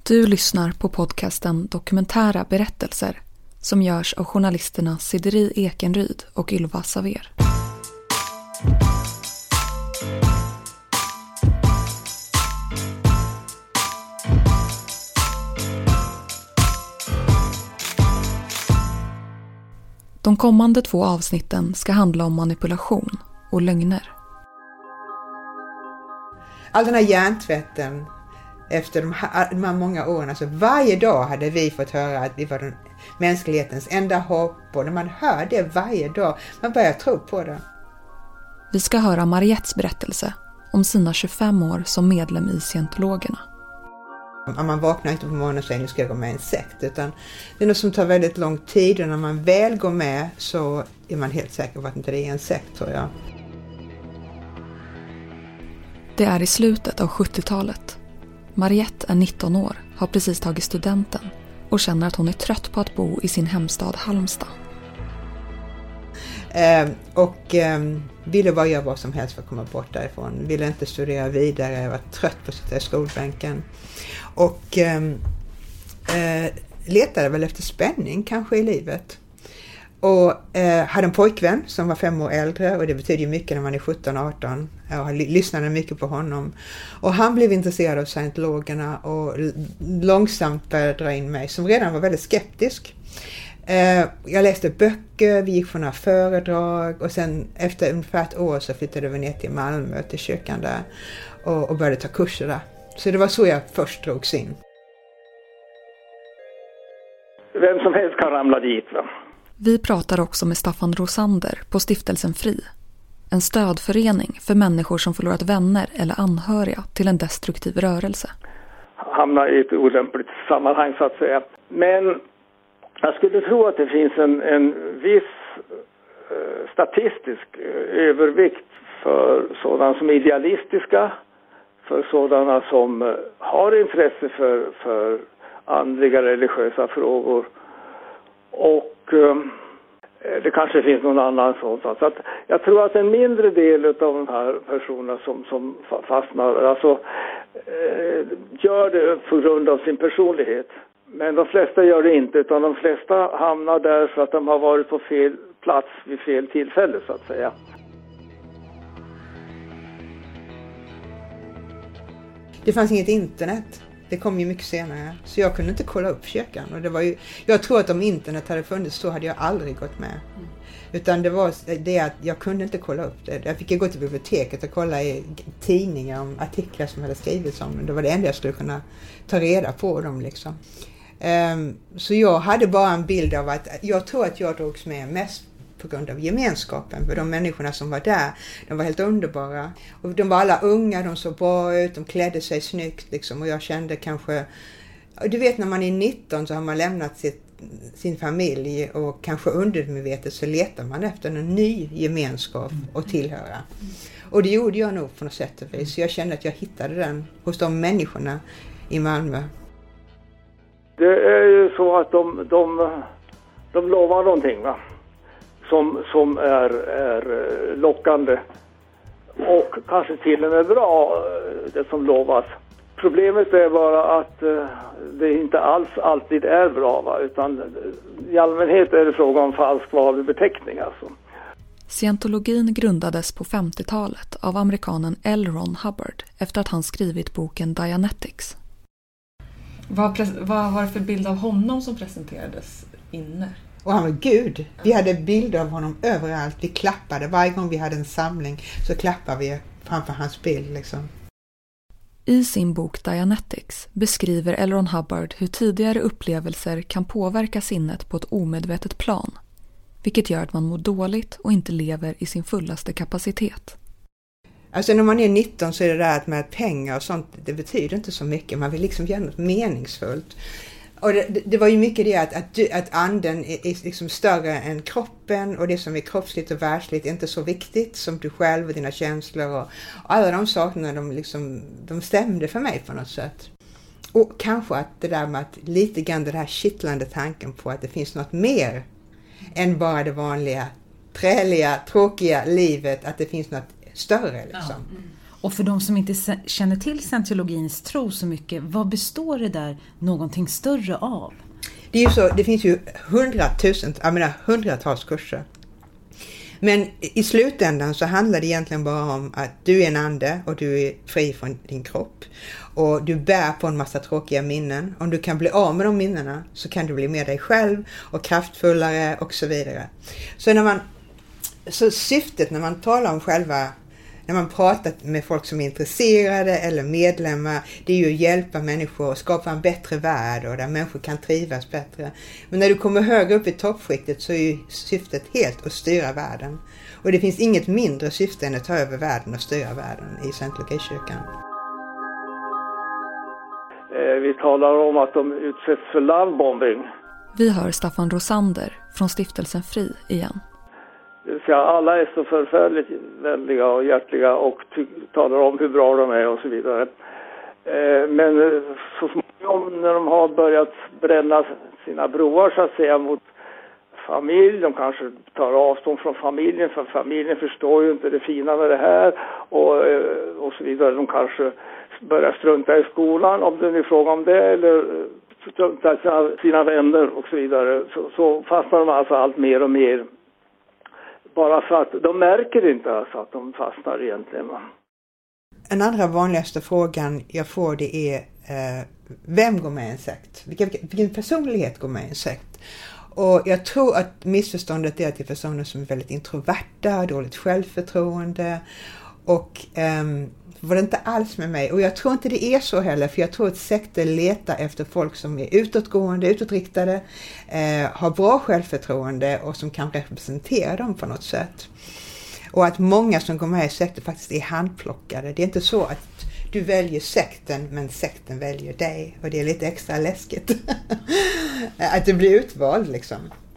Du lyssnar på podcasten Dokumentära berättelser som görs av journalisterna Sideri Ekenryd och Ylva Saver. De kommande 2 avsnitten ska handla om manipulation och lögner. All den här hjärntvätten efter de här många åren, alltså varje dag hade vi fått höra att vi var den mänsklighetens enda hopp, och när man hör det varje dag, man börjar tro på det. Vi ska höra Mariettes berättelse om sina 25 år som medlem i scientologerna. Man vaknar inte på morgonen och säger nu ska jag gå med i en sekt, utan det är något som tar väldigt lång tid, och när man väl går med så är man helt säker på att inte det är en sekt, tror jag. Det är i slutet av 70-talet. Mariette är 19 år, har precis tagit studenten och känner att hon är trött på att bo i sin hemstad Halmstad. Ville bara göra vad som helst för att komma bort därifrån. Ville inte studera vidare, jag var trött på att sitta i skolbänken. Och letade väl efter spänning kanske i livet. Och hade en pojkvän som var 5 år äldre, och det betyder ju mycket när man är 17-18. Jag lyssnade mycket på honom. Och han blev intresserad av scientologerna och långsamt började dra in mig, som redan var väldigt skeptisk. Jag läste böcker, vi gick på några föredrag, och sen efter ungefär 1 år så flyttade vi ner till Malmö, till kyrkan där, och började ta kurser där. Så det var så jag först drogs in. Vem som helst kan ramla dit, va? Vi pratar också med Staffan Rosander på Stiftelsen Fri. En stödförening för människor som förlorat vänner eller anhöriga till en destruktiv rörelse. Hamna i ett olämpligt sammanhang så att säga. Men jag skulle tro att det finns en viss statistisk övervikt för sådana som är idealistiska, för sådana som har intresse för andliga religiösa frågor, och det kanske finns någon annan sån. Så att jag tror att en mindre del av de här personerna som fastnar, alltså gör det på grund av sin personlighet. Men de flesta gör det inte, utan de flesta hamnar där för att de har varit på fel plats vid fel tillfälle, så att säga. Det fanns inget internet. Det kom ju mycket senare. Så jag kunde inte kolla upp kyrkan. Och det var ju, jag tror att om internet hade funnits så hade jag aldrig gått med. Utan det var det att jag kunde inte kolla upp det. Jag fick gå till biblioteket och kolla i tidningar om artiklar som hade skrivits om det. Det var det enda jag skulle kunna ta reda på dem liksom. Så jag hade bara en bild av att jag tror att jag drogs med mest på grund av gemenskapen. För de människorna som var där, de var helt underbara. Och de var alla unga, de såg bra ut, de klädde sig snyggt liksom. Och jag kände kanske, du vet när man är 19 så har man lämnat sin familj, och kanske undermedvetet så letar man efter en ny gemenskap att tillhöra. Och det gjorde jag nog på något sätt och vis. Så jag kände att jag hittade den hos de människorna i Malmö. Det är ju så att de lovar någonting, va? Som är lockande och kanske till och med bra, det som lovas. Problemet är bara att det inte alls alltid är bra, va? Utan i allmänhet är det fråga om falsk varubeteckning alltså. Scientologin grundades på 50-talet av amerikanen L. Ron Hubbard efter att han skrivit boken Dianetics. Vad var det för bild av honom som presenterades inne? Och han var Gud. Vi hade bilder av honom överallt. Vi klappade. Varje gång vi hade en samling så klappade vi framför hans bild liksom. I sin bok Dianetics beskriver L. Ron Hubbard hur tidigare upplevelser kan påverka sinnet på ett omedvetet plan, vilket gör att man mår dåligt och inte lever i sin fullaste kapacitet. Alltså när man är 19 så är det där med pengar och sånt, det betyder inte så mycket. Man vill liksom göra något meningsfullt. Och det var ju mycket det att anden är liksom större än kroppen, och det som är kroppsligt och världsligt är inte så viktigt som du själv och dina känslor, och alla de sakerna de stämde för mig på något sätt. Och kanske att det där med att lite grann den här kittlande tanken på att det finns något mer än bara det vanliga, träliga, tråkiga livet, att det finns något större liksom. Och för de som inte känner till scientologins tro så mycket, vad består det där någonting större av? Det är ju så, det finns ju hundratals kurser. Men i slutändan så handlar det egentligen bara om att du är en ande och du är fri från din kropp. Och du bär på en massa tråkiga minnen. Om du kan bli av med de minnena så kan du bli med dig själv och kraftfullare och så vidare. Så syftet när man talar om när man pratar med folk som är intresserade eller medlemmar, det är ju att hjälpa människor att skapa en bättre värld och där människor kan trivas bättre. Men när du kommer högre upp i toppskiktet så är ju syftet helt att styra världen. Och det finns inget mindre syfte än att ta över världen och styra världen i Scientologikyrkan. Vi talar om att de utsätts för lovebombing. Vi hör Staffan Rosander från Stiftelsen Fri igen. Alla är så förfärligt vänliga och hjärtliga och talar om hur bra de är och så vidare. Men så småningom när de har börjat bränna sina broar så att säga mot familj, de kanske tar avstånd från familjen för familjen förstår ju inte det fina med det här och så vidare. De kanske börjar strunta i skolan om det är fråga om det eller strunta i sina vänner och så vidare. Så fastnar de alltså allt mer och mer. Bara för att de märker inte alltså att de fastnar egentligen. En andra vanligaste frågan jag får det är vem går med i en sekt? Vilken personlighet går med i en sekt? Och jag tror att missförståndet är att det är personer som är väldigt introverta, dåligt självförtroende och var det inte alls med mig. Och jag tror inte det är så heller, för jag tror att sekter letar efter folk som är utåtgående, utåtriktade, har bra självförtroende och som kan representera dem på något sätt. Och att många som går med i sekter faktiskt är handplockade. Det är inte så att du väljer sekten men sekten väljer dig. Och det är lite extra läskigt. Att du blir utvald liksom.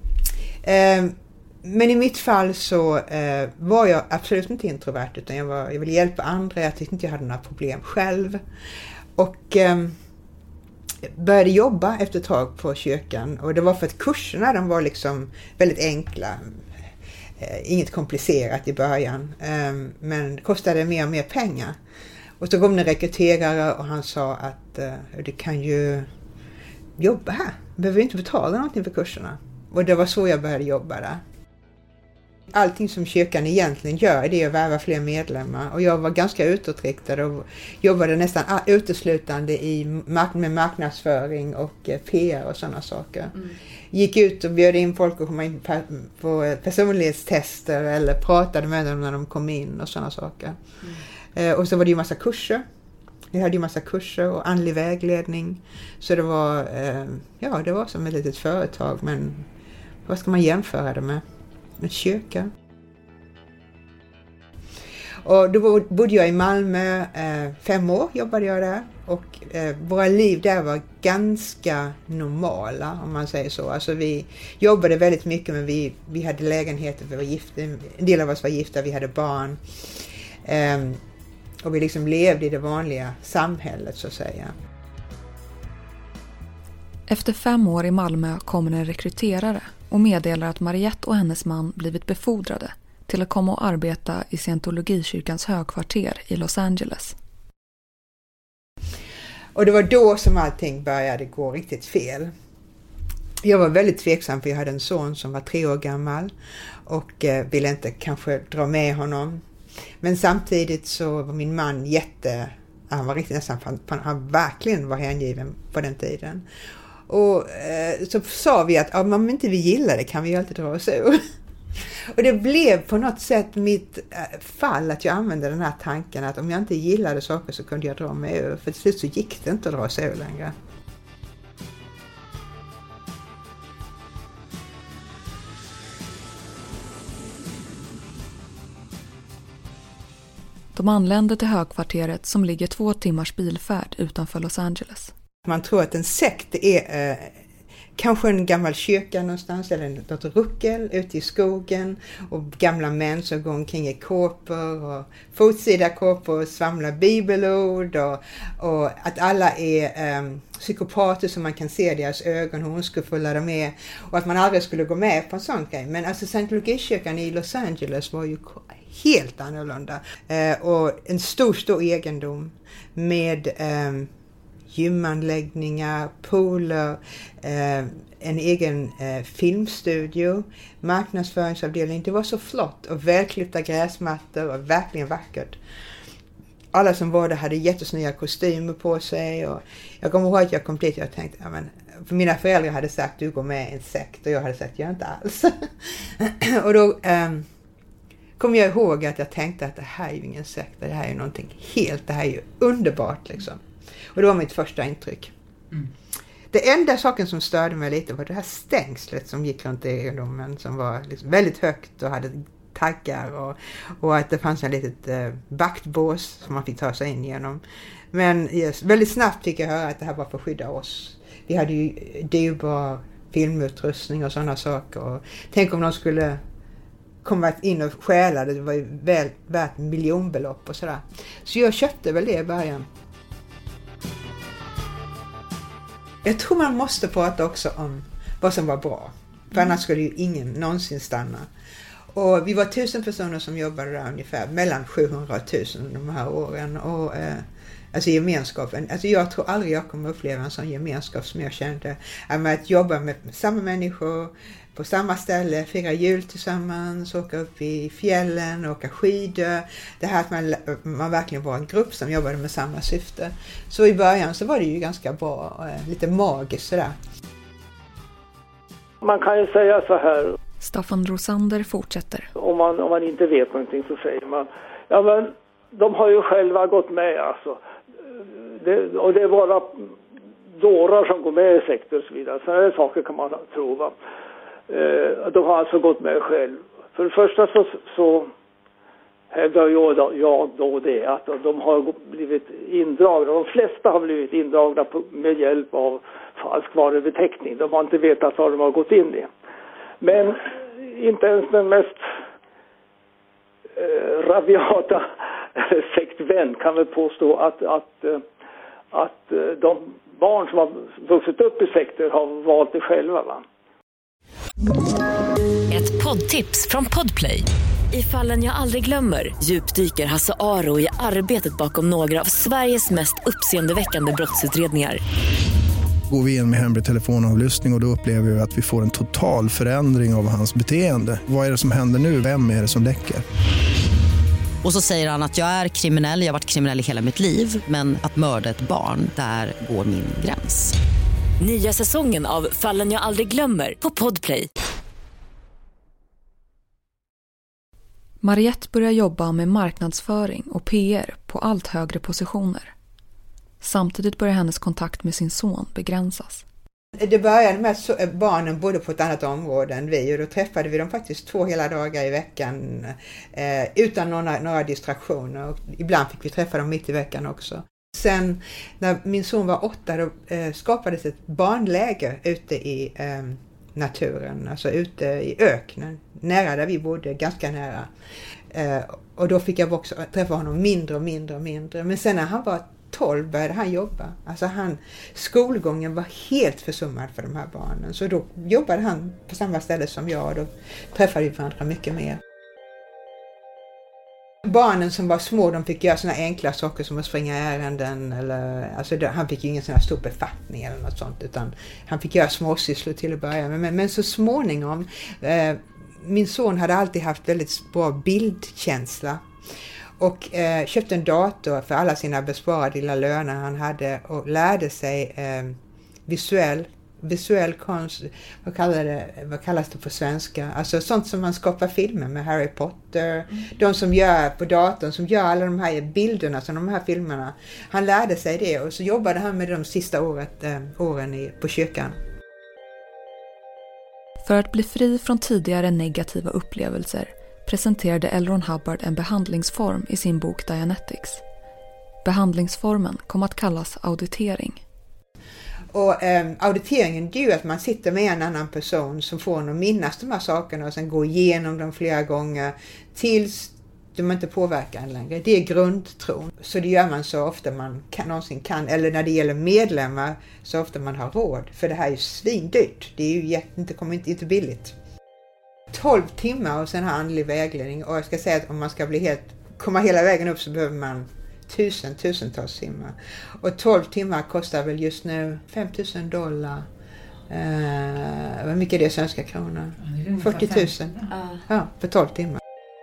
Men i mitt fall så var jag absolut inte introvert utan jag ville hjälpa andra. Jag tyckte inte jag hade några problem själv. Och började jobba efter ett tag på kyrkan. Och det var för att kurserna de var liksom väldigt enkla. Inget komplicerat i början. Men kostade mer och mer pengar. Och så kom en rekryterare och han sa att du kan ju jobba här. Du behöver inte betala någonting för kurserna. Och det var så jag började jobba där. Allting som kyrkan egentligen gör det är att värva fler medlemmar. Och jag var ganska utåtriktad och jobbade nästan uteslutande med marknadsföring och PR och sådana saker. Gick ut och bjöd in folk att komma in på personlighetstester eller pratade med dem när de kom in och sådana saker. Och så var det ju massa kurser. Vi hade ju massa kurser och andlig vägledning. Så det var som ett litet företag, men vad ska man jämföra det med? Med kyrka. Och då bodde jag i Malmö 5 år jobbade jag där och våra liv där var ganska normala om man säger så. Alltså vi jobbade väldigt mycket men vi hade lägenheter, vi var gifta, en del av oss var gifta, vi hade barn och vi liksom levde i det vanliga samhället så att säga. Efter 5 år i Malmö kommer en rekryterare och meddelar att Mariette och hennes man blivit befordrade till att komma och arbeta i Scientologikyrkans högkvarter i Los Angeles. Och det var då som allting började gå riktigt fel. Jag var väldigt tveksam för jag hade en son som var 3 år gammal och ville inte kanske dra med honom. Men samtidigt så var min man han var riktigt nästan, han verkligen var hängiven på den tiden. Och så sa vi att om inte vi gillar det kan vi ju alltid dra oss ur. Och det blev på något sätt mitt fall att jag använde den här tanken att om jag inte gillade saker så kunde jag dra mig ur. För till slut så gick det inte att dra sig ur längre. De anlände till högkvarteret som ligger 2 timmars bilfärd utanför Los Angeles. Man tror att en sekt är kanske en gammal kyrka någonstans eller något ruckel ute i skogen och gamla män som går omkring i kåpor och fotsida kåpor och svamlar bibelord och att alla är psykopater som man kan se deras ögon, hur ondskefulla de är och att man aldrig skulle gå med på en sån grej. Men alltså Scientologikyrkan i Los Angeles var ju helt annorlunda. Och en stor egendom med gymanläggningar, pooler, en egen filmstudio, marknadsföringsavdelning. Det var så flott och välklippta gräsmattor och verkligen vackert. Alla som var där hade jättesnygga kostymer på sig och jag kommer ihåg att jag kom dit och jag tänkte, ja, men, för mina föräldrar hade sagt du går med i en sekt och jag hade sagt jag inte alls. Och då kom jag ihåg att jag tänkte att det här är ju ingen sekt, det här är ju någonting helt, det här är ju underbart liksom. Och det var mitt första intryck. Mm. Det enda saken som störde mig lite var det här stängslet som gick runt egendomen som var liksom väldigt högt och hade taggar och att det fanns en litet vaktbås som man fick ta sig in genom. Men väldigt snabbt fick jag höra att det här var för att skydda oss. Vi hade ju dyrbar filmutrustning och sådana saker. Och tänk om de skulle komma in och stjäla, det var ju väl värt miljonbelopp och sådär. Så jag köpte väl det i början. Jag tror man måste prata också om vad som var bra. För annars skulle ju ingen någonsin stanna. Och vi var 1000 personer som jobbade där ungefär, mellan 700 och 1000 de här åren. Och alltså gemenskapen, alltså jag tror aldrig jag kommer uppleva en sån gemenskap som jag kände. Att jobba med samma människor på samma ställe, fira jul tillsammans, åka upp i fjällen, åka skidor. Det här att man verkligen var en grupp som jobbade med samma syfte. Så i början så var det ju ganska bra, lite magiskt sådär. Man kan ju säga så här. Staffan Rosander fortsätter. Om man inte vet någonting så säger man, ja men de har ju själva gått med alltså. Och det är bara dårar som går med i sektor och så vidare. Sådana saker kan man tro, va. De har alltså gått med själv. För det första så hävdar jag då det att de har blivit indragna. De flesta har blivit indragna med hjälp av falsk varubeteckning. De har inte vetat vad de har gått in i. Men inte ens den mest rabiata sektvän kan väl påstå att de barn som har vuxit upp i sektor har valt det själva, va? Ett poddtips från Podplay. I Fallen jag aldrig glömmer djupdyker Hasse Aro i arbetet bakom några av Sveriges mest uppseendeväckande brottsutredningar. Går vi in med hemlig telefonavlyssning och då upplever vi att vi får en total förändring av hans beteende. Vad är det som händer nu? Vem är det som läcker? Och så säger han att jag är kriminell, jag har varit kriminell i hela mitt liv. Men att mörda ett barn, där går min gräns. Nya säsongen av Fallen jag aldrig glömmer på Podplay. Mariette börjar jobba med marknadsföring och PR på allt högre positioner. Samtidigt börjar hennes kontakt med sin son begränsas. Det började med att barnen bodde på ett annat område än vi och då träffade vi dem faktiskt 2 hela dagar i veckan utan några distraktioner. Och ibland fick vi träffa dem mitt i veckan också. Sen när min son var 8 då skapades ett barnläger ute i naturen, alltså ute i öknen, nära där vi bodde, ganska nära. Och då fick jag också träffa honom mindre. Men sen när han var 12 började han jobba. Alltså skolgången var helt försummad för de här barnen. Så då jobbade han på samma ställe som jag och då träffade vi varandra mycket mer. Barnen som var små, de fick göra såna enkla saker som att springa ärenden eller, alltså han fick ju ingen sån här stor befattning eller något sånt utan han fick göra småsysslor till att börja med. Men så småningom, min son hade alltid haft väldigt bra bildkänsla och köpte en dator för alla sina besparade lilla löner han hade och lärde sig visuell konst, vad kallas det på svenska? Alltså sånt som man skapar filmer med, Harry Potter, de som gör på datorn, som gör alla de här bilderna som de här filmerna. Han lärde sig det och så jobbade han med de sista åren på kyrkan. För att bli fri från tidigare negativa upplevelser presenterade L. Ron Hubbard en behandlingsform i sin bok Dianetics. Behandlingsformen kom att kallas auditering. Och auditeringen är ju att man sitter med en annan person som får en att minnas de här sakerna och sen går igenom dem flera gånger tills de inte påverkar en längre. Det är grundtron. Så det gör man så ofta man någonsin kan. Eller när det gäller medlemmar så ofta man har råd. För det här är ju svindyrt. Det är ju inte billigt. 12 timmar och sen ha andlig vägledning. Och jag ska säga att om man ska komma hela vägen upp så behöver man tusentals timmar. Och 12 timmar kostar väl just nu $5,000. Vad mycket är det svenska kronor? 40 000. Ja, för 12 timmar.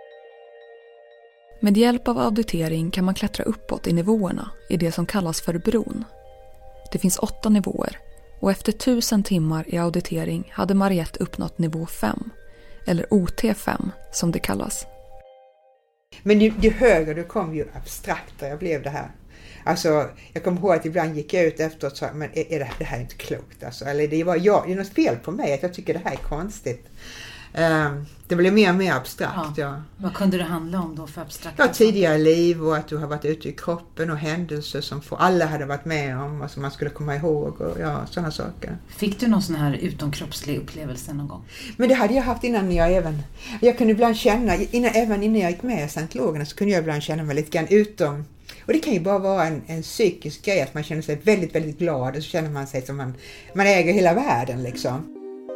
Med hjälp av auditering kan man klättra uppåt i nivåerna i det som kallas för bron. Det finns 8 nivåer och efter 1000 timmar i auditering hade Mariette uppnått nivå 5, eller OT5 som det kallas. Men ju högre du kom, ju abstraktare jag blev det här. Alltså, jag kommer ihåg att ibland gick jag ut efteråt och sa, men är det här inte klokt? Alltså, eller det är något fel på mig att jag tycker det här är konstigt. Det blev mer och mer abstrakt. Ja. Vad kunde det handla om då för abstrakt? Ja, tidigare liv och att du har varit ute i kroppen och händelser som alla hade varit med om och som man skulle komma ihåg och sådana saker. Fick du någon sån här utomkroppslig upplevelse någon gång? Men det hade jag haft innan jag kunde ibland känna, även innan jag gick med i scientologerna så kunde jag ibland känna mig lite grann utom. Och det kan ju bara vara en psykisk grej att man känner sig väldigt, väldigt glad och så känner man sig som man äger hela världen liksom.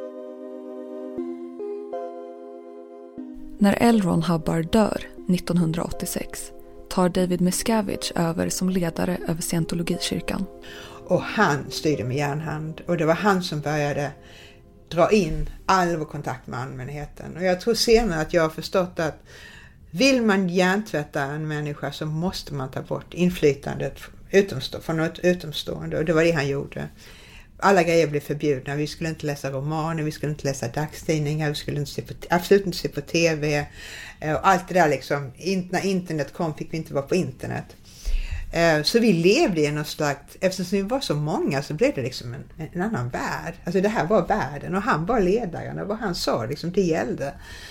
När L. Ron Hubbard dör 1986 tar David Miscavige över som ledare över scientologikyrkan. Och han styrde med järnhand och det var han som började dra in all vår kontakt med allmänheten. Och jag tror senare att jag har förstått att vill man hjärntvätta en människa så måste man ta bort inflytandet från något utomstående och det var det han gjorde. Alla grejer blev förbjudna. Vi skulle inte läsa romaner, vi skulle inte läsa dagstidningar, vi skulle absolut inte se på tv. Och allt det där liksom, när internet kom fick vi inte vara på internet. Så vi levde i något slags, eftersom vi var så många så blev det liksom en annan värld. Alltså det här var världen och han var ledaren och vad han sa liksom, det gällde.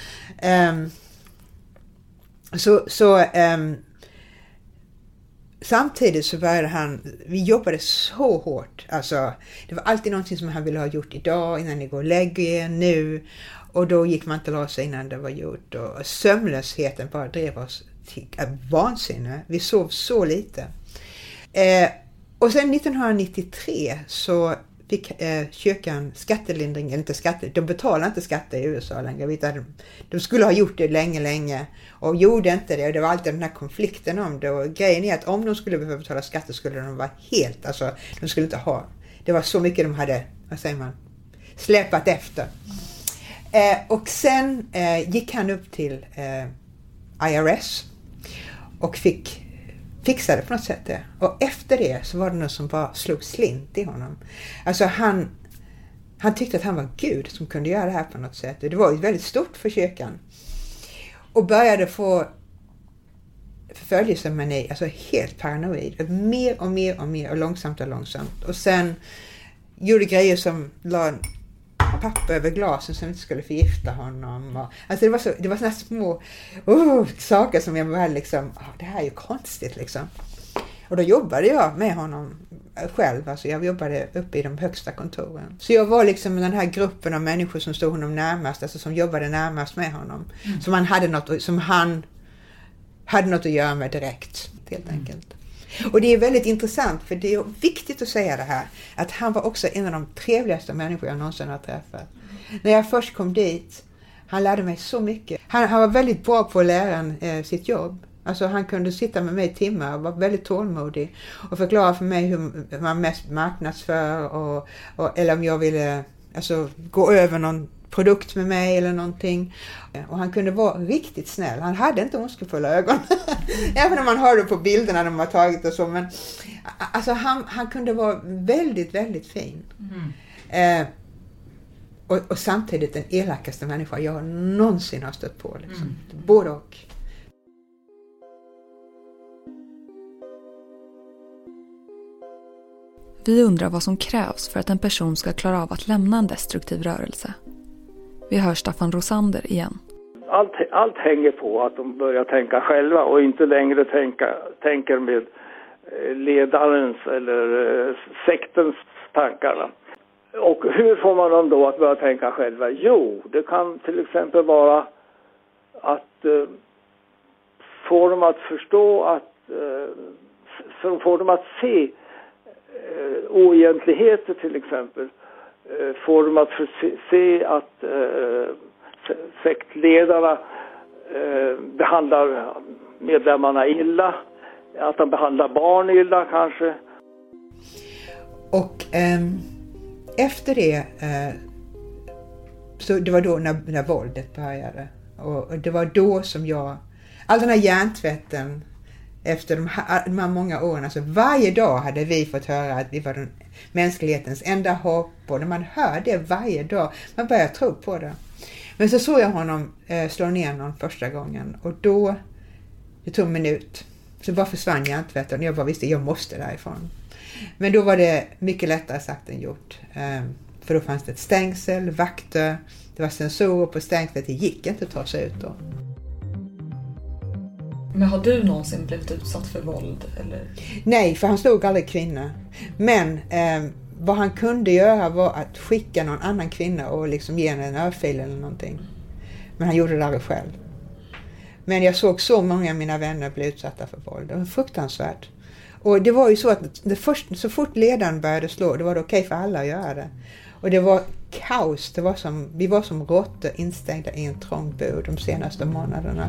Samtidigt så började vi jobbade så hårt. Alltså, det var alltid någonting som han ville ha gjort idag, innan ni går och lägger er nu. Och då gick man inte la sig innan det var gjort. Och sömnlösheten bara drev oss till vansinne. Vi sov så lite. Och sen 1993 så fick kyrkan skattelindring, eller inte skatter, de betalar inte skatter i USA längre. De skulle ha gjort det länge och gjorde inte det och det var alltid den här konflikten om det och grejen är att om de skulle behöva betala skatter skulle de vara helt, alltså de skulle inte ha, det var så mycket de hade, släpat efter. Och sen gick han upp till IRS och fixade på något sätt det. Och efter det så var det något som bara slog slint i honom. Alltså han tyckte att han var Gud som kunde göra det här på något sätt. Det var ju väldigt stort för kyrkan. Och började få förföljelsemani, alltså helt paranoid. Mer och långsamt. Och sen gjorde grejer som la papper över glasen som inte skulle förgifta honom. Alltså det var såna små saker som jag var liksom, det här är ju konstigt liksom. Och då jobbade jag med honom själv, alltså jag jobbade uppe i de högsta kontoren. Så jag var liksom den här gruppen av människor som stod honom närmast, alltså som jobbade närmast med honom. Som han hade något att göra med direkt, helt enkelt. Och det är väldigt intressant för det är viktigt att säga det här att han var också en av de trevligaste människor jag någonsin har träffat. När jag först kom dit, han lärde mig så mycket. Han var väldigt bra på att lära sitt jobb. Alltså han kunde sitta med mig i timmar och var väldigt tålmodig och förklara för mig hur man mest marknadsför eller om jag ville gå över någon produkt med mig eller någonting. Och han kunde vara riktigt snäll. Han hade inte ondskefulla ögon. Även om man hör det på bilderna de har tagit och så. Men alltså han kunde vara väldigt, väldigt fin. Och samtidigt den elakaste människa jag någonsin har stött på. Liksom. Både och. Vi undrar vad som krävs för att en person ska klara av att lämna en destruktiv rörelse. Vi hör Staffan Rosander igen. Allt hänger på att de börjar tänka själva och inte längre tänker med ledarens eller sektens tankar. Och hur får man dem då att börja tänka själva? Jo, det kan till exempel vara att få dem att förstå att få dem att se oegentligheter till exempel. Får dem att se att sektledarna behandlar medlemmarna illa, att de behandlar barn illa kanske. Och efter det, så det var då när våldet började. Och det var då som all den här hjärntvätten efter de här många åren, alltså varje dag hade vi fått höra att vi var den mänsklighetens enda hopp, och när man hör det varje dag, man börjar tro på det. Men så såg jag honom slå ner någon första gången, och då, det tog en minut, så bara försvann hjärntvätten och jag bara visste, jag måste därifrån. Men då var det mycket lättare sagt än gjort, för då fanns det ett stängsel, vakter, det var sensorer på stängslet, det gick inte att ta sig ut då. Men har du någonsin blivit utsatt för våld? Eller? Nej, för han slog aldrig kvinnor. Men vad han kunde göra var att skicka någon annan kvinna och liksom ge henne en örfil eller någonting. Men han gjorde det aldrig själv. Men jag såg så många av mina vänner bli utsatta för våld. Det var fruktansvärt. Och det var ju så att så fort ledaren började slå, det var det okej för alla att göra det. Och det var kaos. Vi var som råttor instängda i en trång bur de senaste månaderna.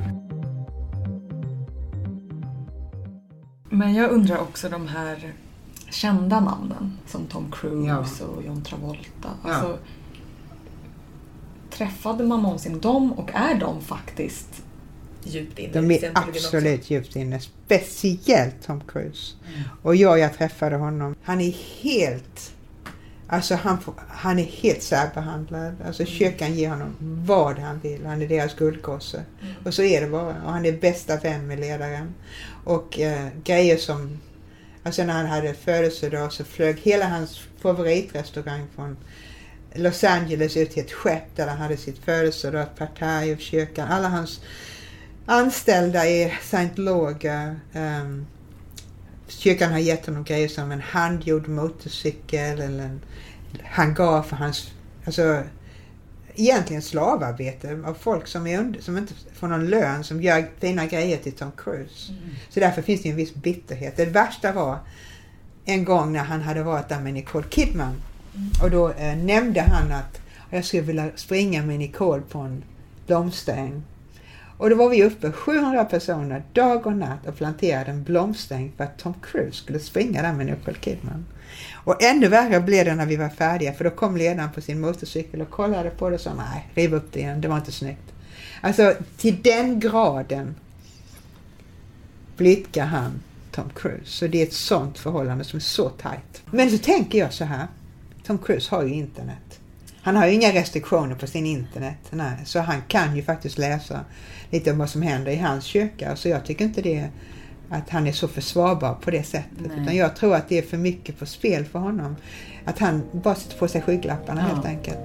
Men jag undrar också de här kända namnen som Tom Cruise och John Travolta. Alltså, träffade man någonsin dem, och är de faktiskt djupt inne? De är absolut också djupt inne, speciellt Tom Cruise. Och jag träffade honom. Han är helt, alltså han är helt särbehandlad. Alltså kyrkan ger honom vad han vill. Han är deras guldgosse. Och så är det bara. Och han är bästa vän med ledaren. Och grejer som, alltså när han hade födelsedag så flög hela hans favoritrestaurang från Los Angeles ut till ett skepp där han hade sitt födelsedag, ett partaj av kyrkan. Alla hans anställda i St. Loga, kyrkan har gett honom grejer som en handgjord motorcykel eller en hangar för hans, alltså egentligen slavarbete av folk som inte får någon lön, som gör fina grejer till Tom Cruise. Så därför finns det en viss bitterhet. Det värsta var en gång när han hade varit där med Nicole Kidman. Och då nämnde han att jag skulle vilja springa med Nicole på en blomstäng. Och då var vi uppe 700 personer dag och natt och planterade en blomstäng för att Tom Cruise skulle springa där med Nicole Kidman. Och ännu värre blev det när vi var färdiga, för då kom ledaren på sin motorcykel och kollade på det och sa nej, riv upp det igen, det var inte snyggt. Alltså till den graden blickar han Tom Cruise. Så det är ett sånt förhållande som är så tajt. Men så tänker jag så här, Tom Cruise har ju internet. Han har ju inga restriktioner på sin internet. Nej, så han kan ju faktiskt läsa lite om vad som händer i hans kyrka. Så jag tycker inte det att han är så försvarbar på det sättet. Nej. Utan jag tror att det är för mycket på spel för honom. Att han bara sätter på sig skygglapparna helt enkelt.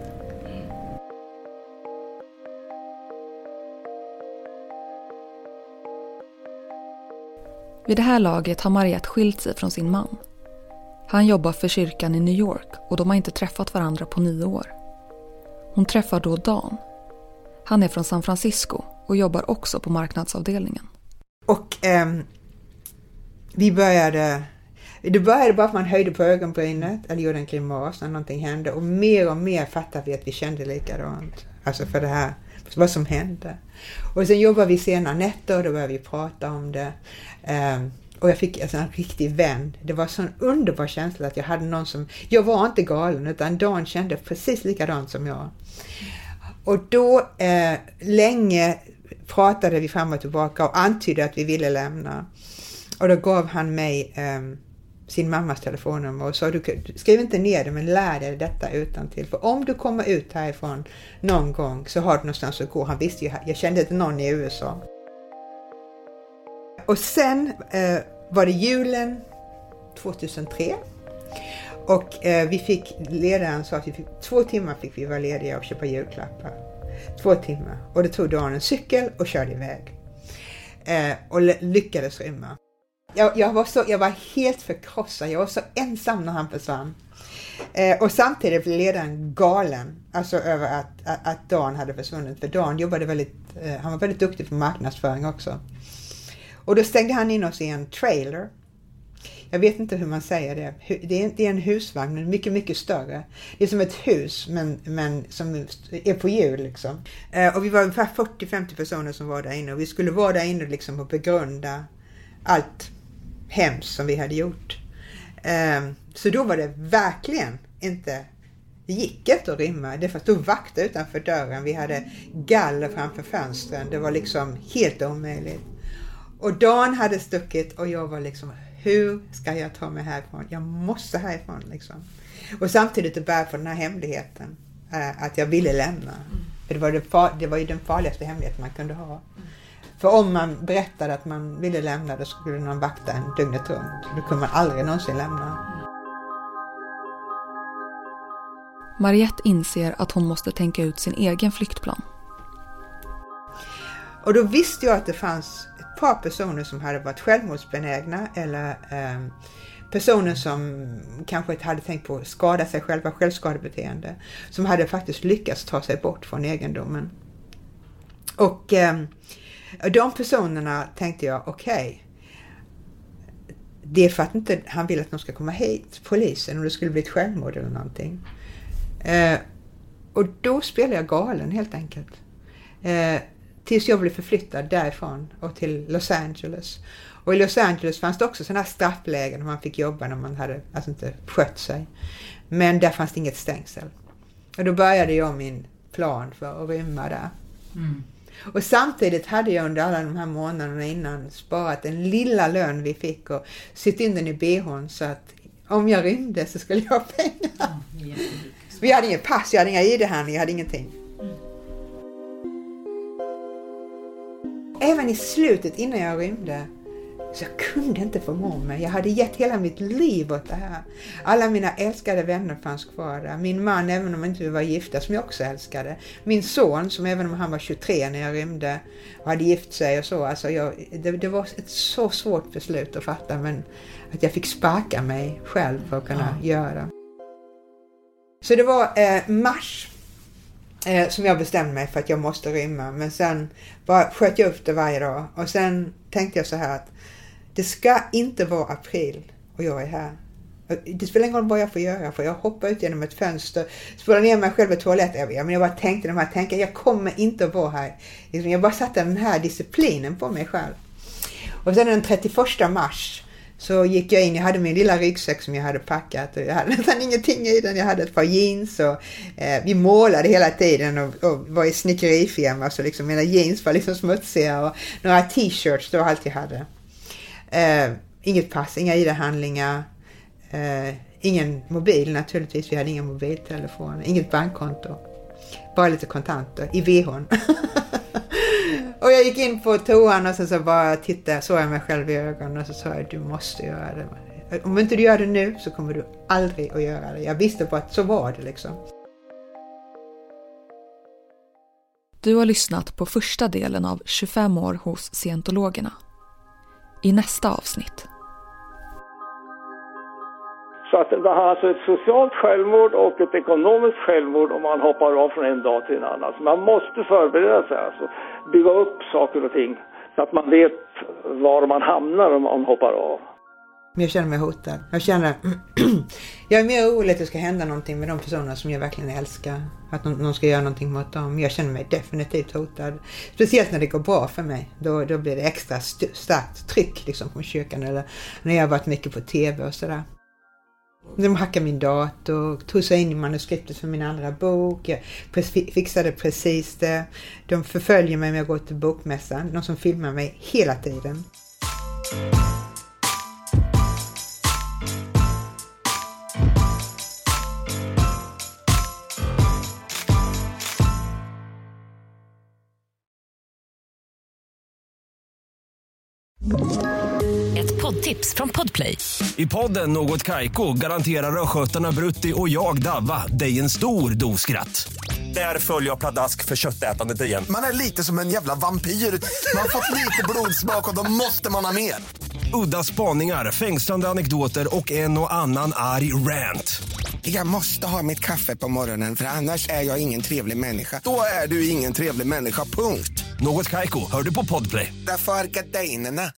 Vid det här laget har Mariette skilt sig från sin man. Han jobbar för kyrkan i New York och de har inte träffat varandra på 9 år. Hon träffar då Dan. Han är från San Francisco och jobbar också på marknadsavdelningen. Och det började bara att man höjde på ögonbrynet eller gjorde en grimas när någonting hände. Och mer fattade vi att vi kände likadant. Alltså för det här, vad som hände. Och sen jobbade vi sena nätter och då började vi prata om det. Och jag fick en riktig vän. Det var en sån underbar känsla att jag hade någon som... Jag var inte galen utan Dan kände precis likadant som jag. Och då länge pratade vi fram och tillbaka och antydde att vi ville lämna. Och då gav han mig sin mammas telefonnummer och sa, skriv inte ner det men lär dig detta utantill. För om du kommer ut härifrån någon gång så har du någonstans att gå. Han visste ju, jag kände inte någon i USA. Och sen var det julen 2003 och ledaren sa att 2 timmar fick vi vara lediga och köpa julklappar. 2 timmar. Och det tog Dan en cykel och körde iväg. Och lyckades rymma. Jag var helt förkrossad. Jag var så ensam när han försvann. Och samtidigt blev ledaren galen. Alltså över att Dan hade försvunnit. För Dan jobbade han var väldigt duktig på marknadsföring också. Och då stängde han in oss i en trailer. jag vet inte hur man säger det. Det är en husvagn, men mycket, mycket större. Det är som ett hus, men som är på hjul liksom. Och vi var ungefär 40-50 personer som var där inne. Och vi skulle vara där inne liksom och begrunda allt hemskt som vi hade gjort. Så då var det verkligen inte... Det gick inte att rymma. Det stod vakter utanför dörren. Vi hade galler framför fönstren. Det var liksom helt omöjligt. Och Dan hade stuckit och jag var liksom, hur ska jag ta mig härifrån? Jag måste härifrån liksom. Och samtidigt bär på den här hemligheten. Att jag ville lämna. För det var ju den farligaste hemligheten man kunde ha. För om man berättade att man ville lämna, då skulle någon vakta en dygnet runt. Då kunde man aldrig någonsin lämna. Mariette inser att hon måste tänka ut sin egen flyktplan. Och då visste jag att det fanns ett par personer som hade varit självmordsbenägna eller personer som kanske hade tänkt på att skada sig själva, självskadebeteende, som hade faktiskt lyckats ta sig bort från egendomen. Och de personerna tänkte jag, okej, det är för att inte han vill att de ska komma hit, polisen, om det skulle bli ett självmord eller någonting. Och då spelade jag galen helt enkelt. Tills jag blev förflyttad därifrån och till Los Angeles. Och i Los Angeles fanns det också sådana här strafflägen där man fick jobba när man hade alltså inte skött sig. Men där fanns det inget stängsel. Och då började jag min plan för att rymma där. Mm. Och samtidigt hade jag under alla de här månaderna innan sparat en lilla lön vi fick och sytt in den i BH:n så att om jag rymde så skulle jag ha pengar. Mm, vi hade ingen pass, jag hade inga ID-handlingar, jag hade ingenting. Mm. Även i slutet innan jag rymde så jag kunde inte förmå mig. Jag hade gett hela mitt liv åt det här. Alla mina älskade vänner fanns kvar där. Min man, även om inte vi var gifta, som jag också älskade. Min son, som även om han var 23 när jag rymde och hade gift sig och så. Alltså det var ett så svårt beslut att fatta, men att jag fick sparka mig själv för att kunna göra. Så det var mars som jag bestämde mig för att jag måste rymma. Men sen bara sköt jag upp det varje dag. Och sen tänkte jag så här att det ska inte vara april och jag är här. Det spelar ingen roll vad jag får göra, för jag hoppar ut genom ett fönster, spolar ner mig själv i toaletten. Men jag bara tänkte de här tänken, jag kommer inte att vara här. Jag bara satte den här disciplinen på mig själv. Och sen den 31 mars så gick jag in, jag hade min lilla ryggsäck som jag hade packat och jag hade nästan ingenting i den. Jag hade ett par jeans och vi målade hela tiden och var i snickerifirma, så liksom mina jeans var liksom smutsiga och några t-shirts, det var allt jag hade. Inget pass, inga ID-handlingar, ingen mobil naturligtvis, vi hade ingen mobiltelefon, inget bankkonto, bara lite kontanter i VH:n. Och jag gick in på toan och så bara såg jag mig själv i ögonen och så sa jag, du måste göra det. Om inte du gör det nu så kommer du aldrig att göra det. Jag visste på att så var det liksom. Du har lyssnat på första delen av 25 år hos scientologerna. I nästa avsnitt. Så att det har alltså ett socialt självmord och ett ekonomiskt självmord om man hoppar av från en dag till en annan. Så man måste förbereda sig, alltså bygga upp saker och ting så att man vet var man hamnar om man hoppar av. Men jag känner mig hotad. Jag är mer orolig att det ska hända någonting med de personer som jag verkligen älskar. Att någon ska göra någonting mot dem. Jag känner mig definitivt hotad. Speciellt när det går bra för mig. Då blir det extra starkt tryck liksom från kyrkan. Eller när jag har varit mycket på tv och sådär. De hackade min dator, tog sig in i manuskriptet för min andra bok. Jag fixade precis det. De förföljer mig när jag går till bokmässan. De som filmar mig hela tiden. Ett poddtips från Podplay. I podden Något Kaiko garanterar röskötarna Brutti och jag Davva dig en stor doskratt. Där följer jag pladask för köttätandet igen. Man är lite som en jävla vampyr. Man har fått lite blodsmak och då måste man ha mer. Udda spaningar, fängslande anekdoter och en och annan arg rant. Jag måste ha mitt kaffe på morgonen för annars är jag ingen trevlig människa. Då är du ingen trevlig människa, punkt. Något Kaiko, hör du på Podplay. Därför är gardinerna.